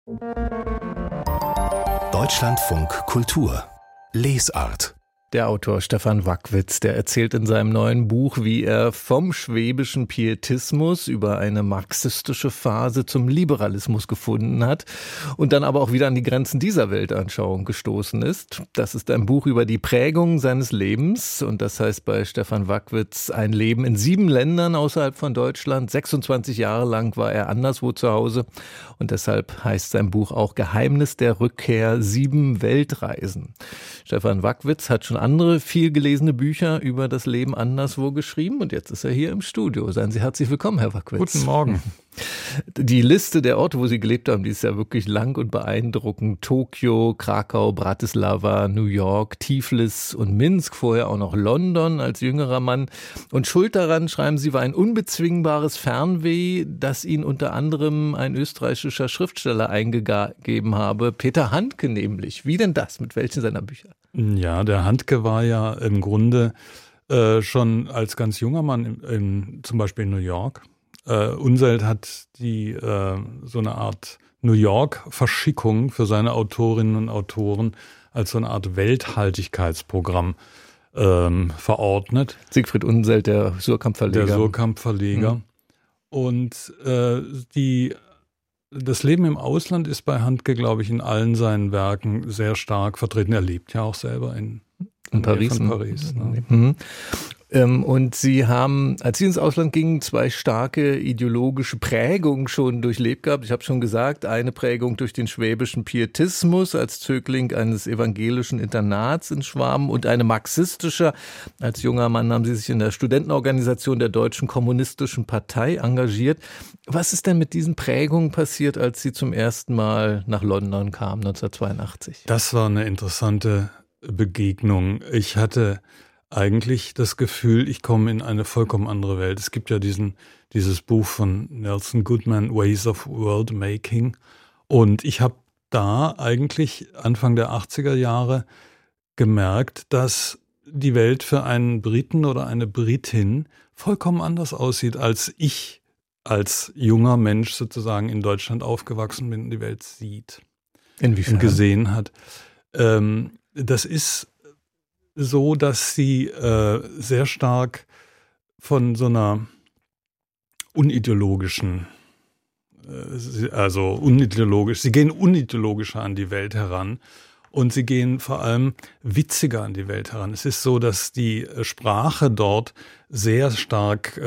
Deutschlandfunk Kultur Lesart. Der Autor Stefan Wackwitz, der erzählt in seinem neuen Buch, wie er vom schwäbischen Pietismus über eine marxistische Phase zum Liberalismus gefunden hat und dann aber auch wieder an die Grenzen dieser Weltanschauung gestoßen ist. Das ist ein Buch über die Prägung seines Lebens und das heißt bei Stefan Wackwitz ein Leben in 7 Ländern außerhalb von Deutschland. 26 Jahre lang war er anderswo zu Hause und deshalb heißt sein Buch auch Geheimnis der Rückkehr, 7 Weltreisen. Stefan Wackwitz hat schon andere viel gelesene Bücher über das Leben anderswo geschrieben und jetzt ist er hier im Studio. Seien Sie herzlich willkommen, Herr Wackwitz. Guten Morgen. Die Liste der Orte, wo Sie gelebt haben, die ist ja wirklich lang und beeindruckend. Tokio, Krakau, Bratislava, New York, Tiflis und Minsk, vorher auch noch London als jüngerer Mann. Und schuld daran, schreiben Sie, war ein unbezwingbares Fernweh, das Ihnen unter anderem ein österreichischer Schriftsteller eingegeben habe. Peter Handke nämlich. Wie denn das? Mit welchen seiner Bücher? Ja, der Handke war ja im Grunde schon als ganz junger Mann zum Beispiel in New York. Unseld hat so eine Art New York-Verschickung für seine Autorinnen und Autoren als so eine Art Welthaltigkeitsprogramm verordnet. Siegfried Unseld, der Suhrkamp-Verleger. Der Suhrkamp-Verleger. Mhm. Und das Leben im Ausland ist bei Handke, glaube ich, in allen seinen Werken sehr stark vertreten. Er lebt ja auch selber in Paris. Von Paris, ne? Mhm. Und Sie haben, als Sie ins Ausland gingen, 2 starke ideologische Prägungen schon durchlebt gehabt. Ich habe schon gesagt, eine Prägung durch den schwäbischen Pietismus als Zögling eines evangelischen Internats in Schwaben und eine marxistische. Als junger Mann haben Sie sich in der Studentenorganisation der Deutschen Kommunistischen Partei engagiert. Was ist denn mit diesen Prägungen passiert, als Sie zum ersten Mal nach London kamen, 1982? Das war eine interessante Begegnung. Ich hatte eigentlich das Gefühl, ich komme in eine vollkommen andere Welt. Es gibt ja dieses Buch von Nelson Goodman, Ways of World Making. Und ich habe da eigentlich Anfang der 80er Jahre gemerkt, dass die Welt für einen Briten oder eine Britin vollkommen anders aussieht, als ich als junger Mensch sozusagen in Deutschland aufgewachsen bin und die Welt sieht. Inwiefern? Und gesehen hat. Das ist so, dass sie sehr stark von so einer unideologischen, sie gehen unideologischer an die Welt heran und sie gehen vor allem witziger an die Welt heran. Es ist so, dass die Sprache dort sehr stark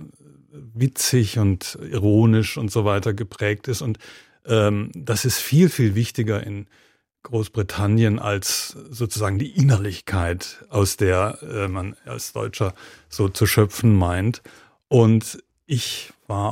witzig und ironisch und so weiter geprägt ist und das ist viel, viel wichtiger in Großbritannien als sozusagen die Innerlichkeit, aus der man als Deutscher so zu schöpfen meint. Und ich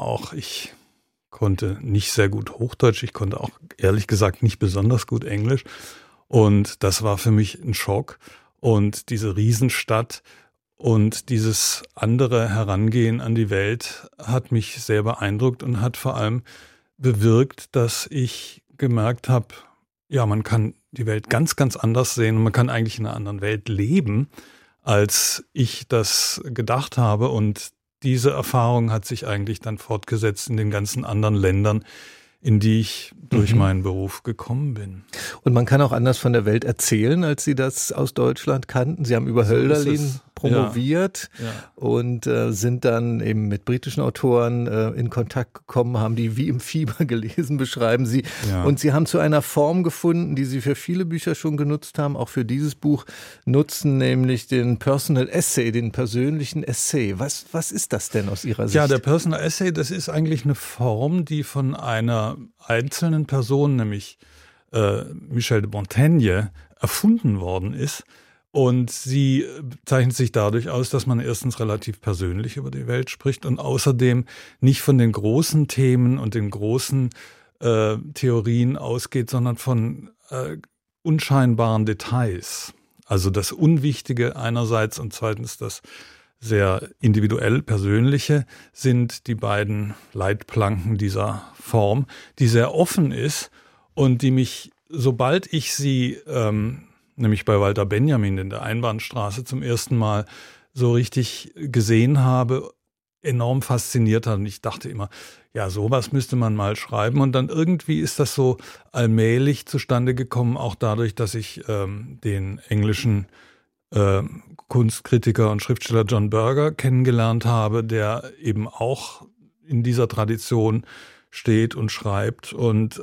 konnte nicht sehr gut Hochdeutsch, ich konnte auch ehrlich gesagt nicht besonders gut Englisch. Und das war für mich ein Schock. Und diese Riesenstadt und dieses andere Herangehen an die Welt hat mich sehr beeindruckt und hat vor allem bewirkt, dass ich gemerkt habe, ja, man kann die Welt ganz, ganz anders sehen und man kann eigentlich in einer anderen Welt leben, als ich das gedacht habe. Und diese Erfahrung hat sich eigentlich dann fortgesetzt in den ganzen anderen Ländern, in die ich durch meinen Beruf gekommen bin. Und man kann auch anders von der Welt erzählen, als Sie das aus Deutschland kannten. Sie haben über Hölderlin promoviert und sind dann eben mit britischen Autoren in Kontakt gekommen, haben die wie im Fieber gelesen, beschreiben Sie. Ja. Und Sie haben zu einer Form gefunden, die Sie für viele Bücher schon genutzt haben, auch für dieses Buch nutzen, nämlich den Personal Essay, den persönlichen Essay. Was ist das denn aus Ihrer Sicht? Ja, der Personal Essay, das ist eigentlich eine Form, die von einer einzelnen Person, nämlich Michel de Montaigne, erfunden worden ist. Und sie zeichnet sich dadurch aus, dass man erstens relativ persönlich über die Welt spricht und außerdem nicht von den großen Themen und den großen Theorien ausgeht, sondern von unscheinbaren Details. Also das Unwichtige einerseits und zweitens das sehr individuell Persönliche sind die beiden Leitplanken dieser Form, die sehr offen ist und die mich, sobald ich sie nämlich bei Walter Benjamin in der Einbahnstraße zum ersten Mal so richtig gesehen habe, enorm fasziniert hat. Und ich dachte immer, ja, sowas müsste man mal schreiben. Und dann irgendwie ist das so allmählich zustande gekommen, auch dadurch, dass ich den englischen Kunstkritiker und Schriftsteller John Berger kennengelernt habe, der eben auch in dieser Tradition steht und schreibt. Und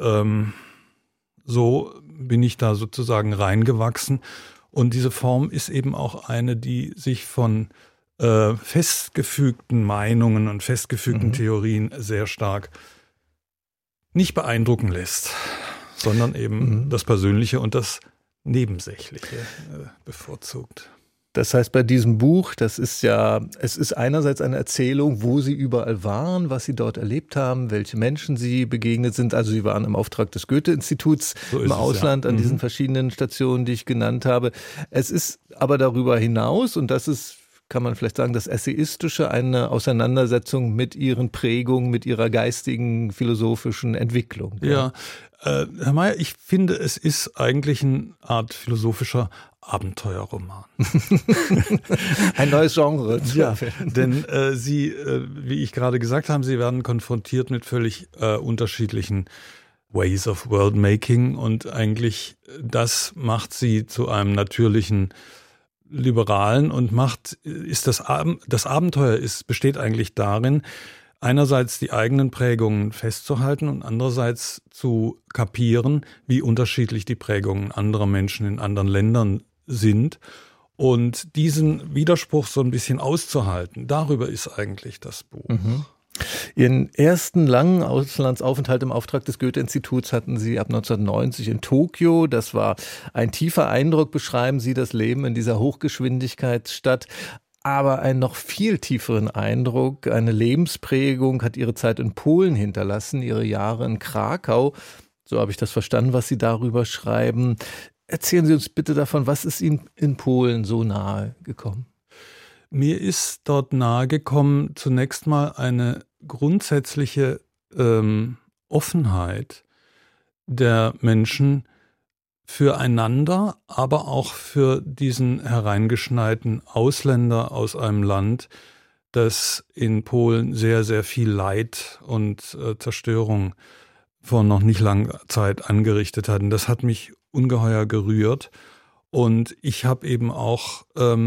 so bin ich da sozusagen reingewachsen. Und diese Form ist eben auch eine, die sich von festgefügten Meinungen und festgefügten Theorien sehr stark nicht beeindrucken lässt, sondern eben das Persönliche und das Nebensächliche bevorzugt. Das heißt, bei diesem Buch, es ist einerseits eine Erzählung, wo Sie überall waren, was Sie dort erlebt haben, welche Menschen Sie begegnet sind. Also Sie waren im Auftrag des Goethe-Instituts im Ausland an diesen verschiedenen Stationen, die ich genannt habe. Es ist aber darüber hinaus, und das ist, kann man vielleicht sagen, das Essayistische, eine Auseinandersetzung mit Ihren Prägungen, mit Ihrer geistigen, philosophischen Entwicklung. Ja, Herr Mayer, ich finde, es ist eigentlich eine Art philosophischer Abenteuerroman. Ein neues Genre. Ja, denn Sie, wie ich gerade gesagt habe, Sie werden konfrontiert mit völlig unterschiedlichen Ways of World Making, und eigentlich das macht Sie zu einem natürlichen Liberalen und das Abenteuer besteht eigentlich darin, einerseits die eigenen Prägungen festzuhalten und andererseits zu kapieren, wie unterschiedlich die Prägungen anderer Menschen in anderen Ländern sind, und diesen Widerspruch so ein bisschen auszuhalten. Darüber ist eigentlich das Buch. Ihren ersten langen Auslandsaufenthalt im Auftrag des Goethe-Instituts hatten Sie ab 1990 in Tokio. Das war ein tiefer Eindruck. Beschreiben Sie das Leben in dieser Hochgeschwindigkeitsstadt. Aber einen noch viel tieferen Eindruck, eine Lebensprägung hat Ihre Zeit in Polen hinterlassen, Ihre Jahre in Krakau. So habe ich das verstanden, was Sie darüber schreiben. Erzählen Sie uns bitte davon, was ist Ihnen in Polen so nahe gekommen? Mir ist dort nahe gekommen zunächst mal eine grundsätzliche Offenheit der Menschen füreinander, aber auch für diesen hereingeschneiten Ausländer aus einem Land, das in Polen sehr, sehr viel Leid und Zerstörung vor noch nicht langer Zeit angerichtet hat. Und das hat mich ungeheuer gerührt. Und ich habe eben auch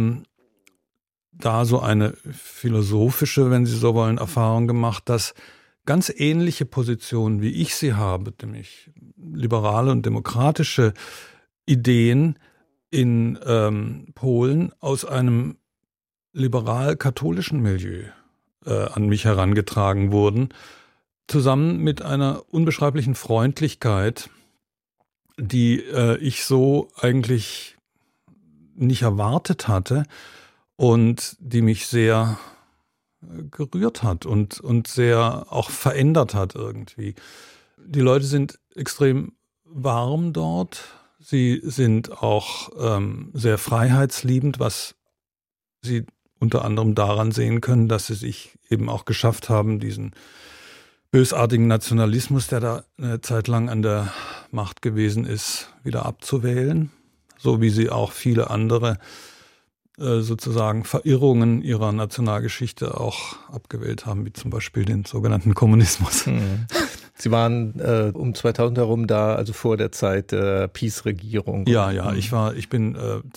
da so eine philosophische, wenn Sie so wollen, Erfahrung gemacht, dass ganz ähnliche Positionen, wie ich sie habe, nämlich liberale und demokratische Ideen in Polen aus einem liberal-katholischen Milieu an mich herangetragen wurden, zusammen mit einer unbeschreiblichen Freundlichkeit, die ich so eigentlich nicht erwartet hatte und die mich sehr gerührt hat und sehr auch verändert hat irgendwie. Die Leute sind extrem warm dort. Sie sind auch sehr freiheitsliebend, was Sie unter anderem daran sehen können, dass sie sich eben auch geschafft haben, diesen bösartigen Nationalismus, der da eine Zeit lang an der Macht gewesen ist, wieder abzuwählen. So wie sie auch viele andere sozusagen Verirrungen ihrer Nationalgeschichte auch abgewählt haben, wie zum Beispiel den sogenannten Kommunismus. Sie waren um 2000 herum da, also vor der Zeit der Peace-Regierung. Ja, ich bin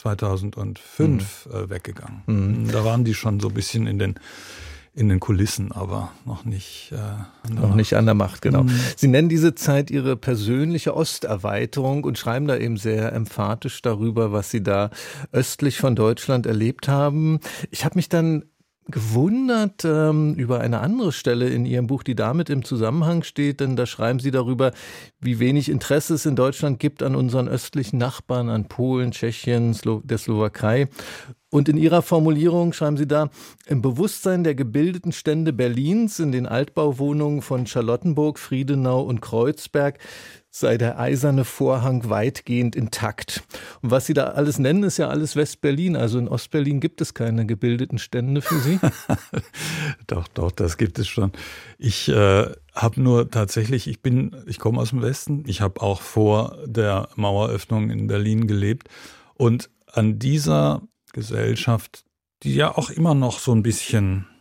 2005 weggegangen. Da waren die schon so ein bisschen in den Kulissen, aber noch nicht an der Macht, genau. Sie nennen diese Zeit Ihre persönliche Osterweiterung und schreiben da eben sehr emphatisch darüber, was Sie da östlich von Deutschland erlebt haben. Ich habe mich dann gewundert über eine andere Stelle in Ihrem Buch, die damit im Zusammenhang steht, denn da schreiben Sie darüber, wie wenig Interesse es in Deutschland gibt an unseren östlichen Nachbarn, an Polen, Tschechien, der Slowakei. Und in Ihrer Formulierung schreiben Sie da, im Bewusstsein der gebildeten Stände Berlins, in den Altbauwohnungen von Charlottenburg, Friedenau und Kreuzberg, sei der eiserne Vorhang weitgehend intakt. Und was Sie da alles nennen, ist ja alles West-Berlin. Also in Ost-Berlin gibt es keine gebildeten Stände für Sie? Doch, das gibt es schon. Ich habe nur tatsächlich, ich komme aus dem Westen. Ich habe auch vor der Maueröffnung in Berlin gelebt. Und an dieser Gesellschaft, die ja auch immer noch so ein bisschen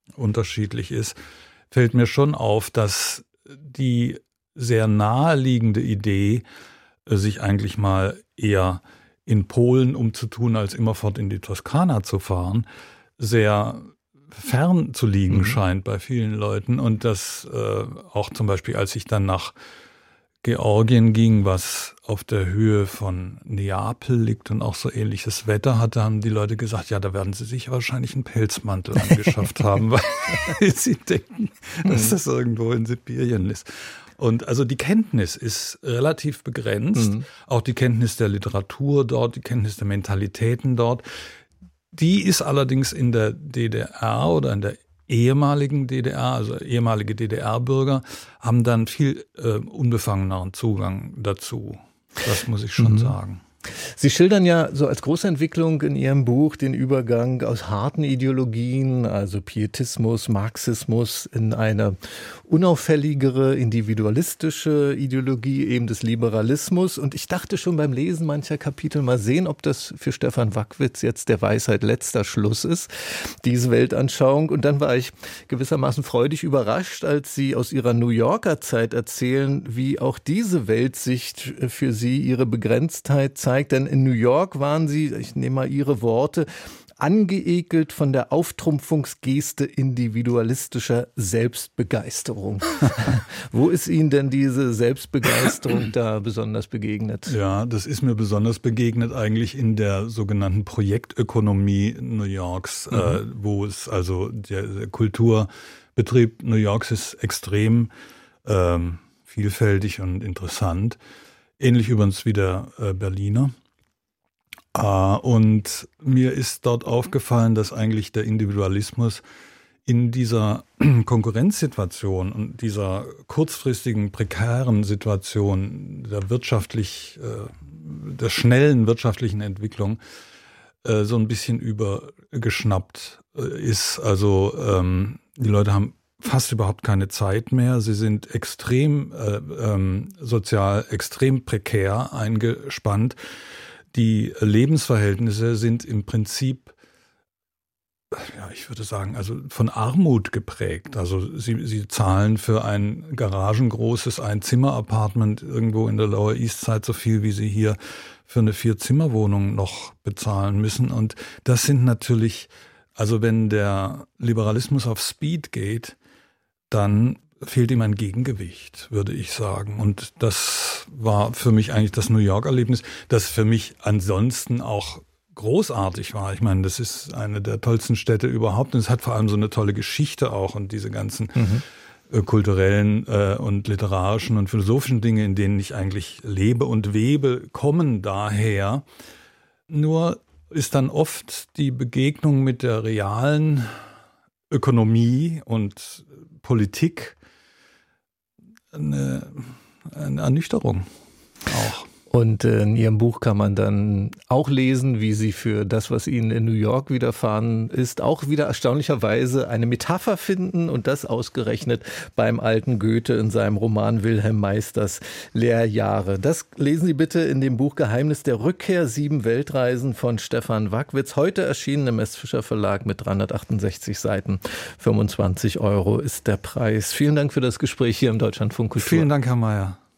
unterschiedlich ist, fällt mir schon auf, dass die sehr naheliegende Idee, sich eigentlich mal eher in Polen umzutun, als immerfort in die Toskana zu fahren, sehr fern zu liegen scheint bei vielen Leuten. Und das auch zum Beispiel, als ich dann nach Georgien ging, was auf der Höhe von Neapel liegt und auch so ähnliches Wetter hatte, haben die Leute gesagt, ja, da werden sie sich wahrscheinlich einen Pelzmantel angeschafft haben, weil sie denken, dass das irgendwo in Sibirien ist. Und also die Kenntnis ist relativ begrenzt, auch die Kenntnis der Literatur dort, die Kenntnis der Mentalitäten dort. Die ist allerdings in der DDR oder in der ehemaligen DDR, also ehemalige DDR-Bürger, haben dann viel unbefangeneren Zugang dazu. Das muss ich schon sagen. Sie schildern ja so als große Entwicklung in Ihrem Buch den Übergang aus harten Ideologien, also Pietismus, Marxismus, in eine unauffälligere, individualistische Ideologie eben des Liberalismus. Und ich dachte schon beim Lesen mancher Kapitel, mal sehen, ob das für Stefan Wackwitz jetzt der Weisheit letzter Schluss ist, diese Weltanschauung. Und dann war ich gewissermaßen freudig überrascht, als Sie aus Ihrer New Yorker Zeit erzählen, wie auch diese Weltsicht für Sie ihre Begrenztheit zeigt. Denn in New York waren Sie, ich nehme mal Ihre Worte, angeekelt von der Auftrumpfungsgeste individualistischer Selbstbegeisterung. Wo ist Ihnen denn diese Selbstbegeisterung da besonders begegnet? Ja, das ist mir besonders begegnet eigentlich in der sogenannten Projektökonomie New Yorks, wo es also der Kulturbetrieb New Yorks ist extrem vielfältig und interessant. Ähnlich übrigens wie der Berliner. Und mir ist dort aufgefallen, dass eigentlich der Individualismus in dieser Konkurrenzsituation und dieser kurzfristigen, prekären Situation der schnellen wirtschaftlichen Entwicklung so ein bisschen übergeschnappt ist. Also die Leute haben fast überhaupt keine Zeit mehr. Sie sind extrem sozial, extrem prekär eingespannt. Die Lebensverhältnisse sind im Prinzip, ja, ich würde sagen, also von Armut geprägt. Also sie zahlen für ein garagengroßes Einzimmer-Apartment irgendwo in der Lower East Side so viel, wie sie hier für eine 4-Zimmer-Wohnung noch bezahlen müssen. Und das sind natürlich, also wenn der Liberalismus auf Speed geht, dann fehlt ihm ein Gegengewicht, würde ich sagen. Und das war für mich eigentlich das New York-Erlebnis, das für mich ansonsten auch großartig war. Ich meine, das ist eine der tollsten Städte überhaupt und es hat vor allem so eine tolle Geschichte auch und diese ganzen kulturellen und literarischen und philosophischen Dinge, in denen ich eigentlich lebe und webe, kommen daher. Nur ist dann oft die Begegnung mit der realen Ökonomie und Politik eine Ernüchterung auch. Und in Ihrem Buch kann man dann auch lesen, wie Sie für das, was Ihnen in New York widerfahren ist, auch wieder erstaunlicherweise eine Metapher finden und das ausgerechnet beim alten Goethe in seinem Roman Wilhelm Meisters Lehrjahre. Das lesen Sie bitte in dem Buch Geheimnis der Rückkehr, 7 Weltreisen von Stefan Wackwitz. Heute erschienen im S. Fischer Verlag mit 368 Seiten. 25 € ist der Preis. Vielen Dank für das Gespräch hier im Deutschlandfunk Kultur. Vielen Dank, Herr Mayer.